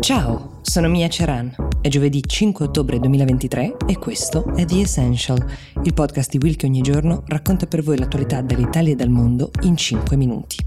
Ciao, sono Mia Ceran. È giovedì 5 ottobre 2023 e questo è The Essential, il podcast di Will che ogni giorno racconta per voi l'attualità dall'Italia e dal mondo in 5 minuti.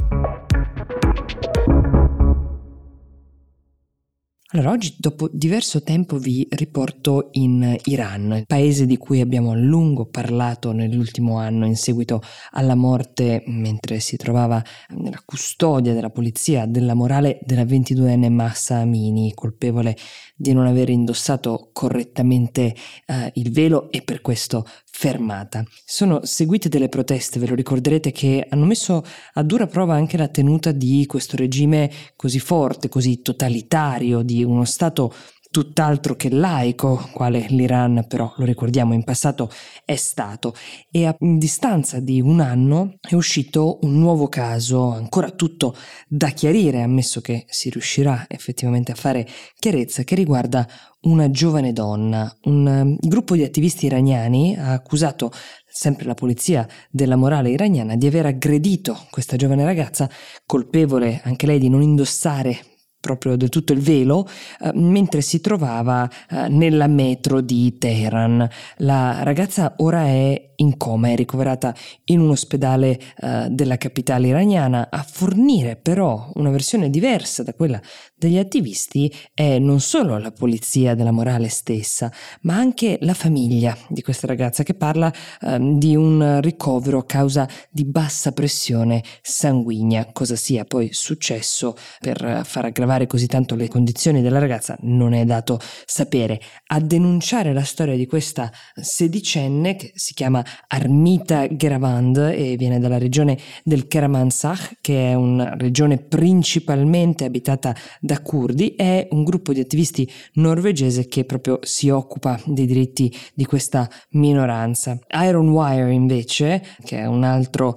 Allora, oggi dopo diverso tempo vi riporto in Iran, il paese di cui abbiamo a lungo parlato nell'ultimo anno in seguito alla morte, mentre si trovava nella custodia della polizia, della morale della 22enne Mahsa Amini, colpevole di non aver indossato correttamente il velo e per questo fermata. Sono seguite delle proteste, ve lo ricorderete, che hanno messo a dura prova anche la tenuta di questo regime così forte, così totalitario, di uno Stato tutt'altro che laico, quale l'Iran però, lo ricordiamo, in passato è stato. E a distanza di un anno è uscito un nuovo caso, ancora tutto da chiarire, ammesso che si riuscirà effettivamente a fare chiarezza, che riguarda una giovane donna. Un gruppo di attivisti iraniani ha accusato sempre la polizia della morale iraniana di aver aggredito questa giovane ragazza, colpevole anche lei di non indossare proprio del tutto il velo, mentre si trovava nella metro di Teheran. La ragazza ora è in coma, è ricoverata in un ospedale della capitale iraniana. A fornire però una versione diversa da quella degli attivisti è non solo la polizia della morale stessa, ma anche la famiglia di questa ragazza, che parla di un ricovero a causa di bassa pressione sanguigna. Cosa sia poi successo per far aggravare così tanto le condizioni della ragazza non è dato sapere. A denunciare la storia di questa sedicenne, che si chiama Armita Geravand e viene dalla regione del Kermanshah, che è una regione principalmente abitata da curdi, è un gruppo di attivisti norvegese che proprio si occupa dei diritti di questa minoranza. Iron Wire invece, che è un altro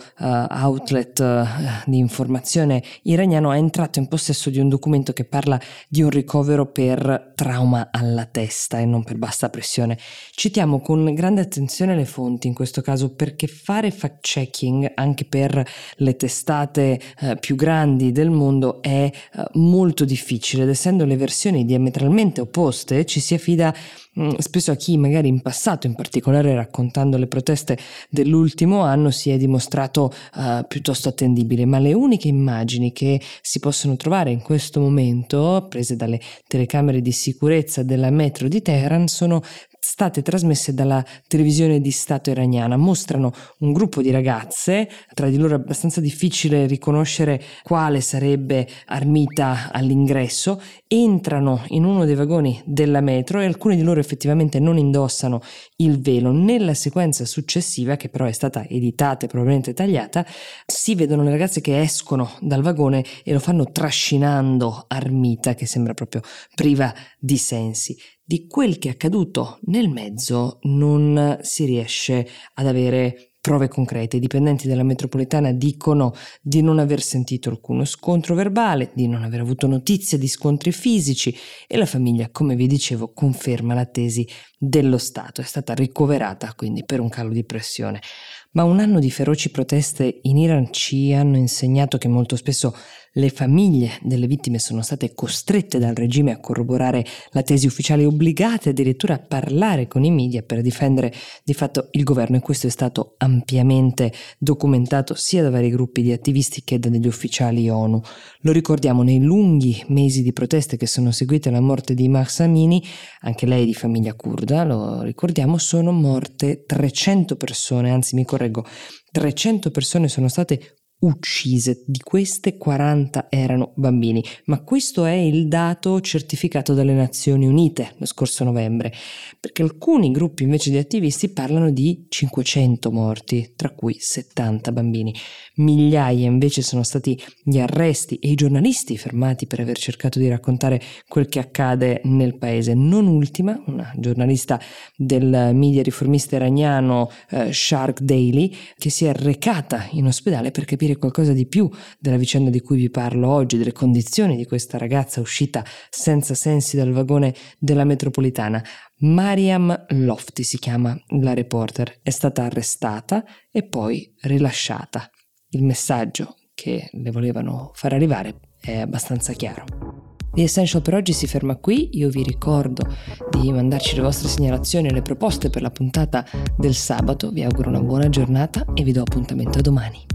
outlet di informazione iraniano, è entrato in possesso di un documento che parla di un ricovero per trauma alla testa e non per bassa pressione. Citiamo con grande attenzione le fonti in questo caso, perché fare fact-checking anche per le testate più grandi del mondo è molto difficile, ed essendo le versioni diametralmente opposte ci si affida spesso a chi magari in passato, in particolare raccontando le proteste dell'ultimo anno, si è dimostrato piuttosto attendibile. Ma le uniche immagini che si possono trovare in questo momento, prese dalle telecamere di sicurezza della metro di Teheran, sono state trasmesse dalla televisione di Stato iraniana. Mostrano un gruppo di ragazze, tra di loro è abbastanza difficile riconoscere quale sarebbe Armita all'ingresso, entrano in uno dei vagoni della metro e alcune di loro effettivamente non indossano il velo. Nella sequenza successiva, che però è stata editata e probabilmente tagliata, si vedono le ragazze che escono dal vagone e lo fanno trascinando Armita, che sembra proprio priva di sensi. Di quel che è accaduto nel mezzo non si riesce ad avere prove concrete. I dipendenti della metropolitana dicono di non aver sentito alcuno scontro verbale, di non aver avuto notizie di scontri fisici, e la famiglia, come vi dicevo, conferma la tesi dello Stato. È stata ricoverata quindi per un calo di pressione. Ma un anno di feroci proteste in Iran ci hanno insegnato che molto spesso le famiglie delle vittime sono state costrette dal regime a corroborare la tesi ufficiale, obbligate addirittura a parlare con i media per difendere di fatto il governo, e questo è stato ampiamente documentato sia da vari gruppi di attivisti che da degli ufficiali ONU. Lo ricordiamo, nei lunghi mesi di proteste che sono seguite alla morte di Mahsa Amini, anche lei di famiglia curda, lo ricordiamo, sono morte 300 persone, anzi mi correggo, 300 persone sono state uccise, di queste 40 erano bambini, ma questo è il dato certificato dalle Nazioni Unite lo scorso novembre, perché alcuni gruppi invece di attivisti parlano di 500 morti, tra cui 70 bambini. Migliaia invece sono stati gli arresti e i giornalisti fermati per aver cercato di raccontare quel che accade nel paese. Non ultima, una giornalista del media riformista iraniano Sharq Daily, che si è recata in ospedale per capire qualcosa di più della vicenda di cui vi parlo oggi, delle condizioni di questa ragazza uscita senza sensi dal vagone della metropolitana. Mariam Lofti si chiama la reporter, è stata arrestata e poi rilasciata. Il messaggio che le volevano far arrivare è abbastanza chiaro. The Essential per oggi si ferma qui, io vi ricordo di mandarci le vostre segnalazioni e le proposte per la puntata del sabato, vi auguro una buona giornata e vi do appuntamento a domani.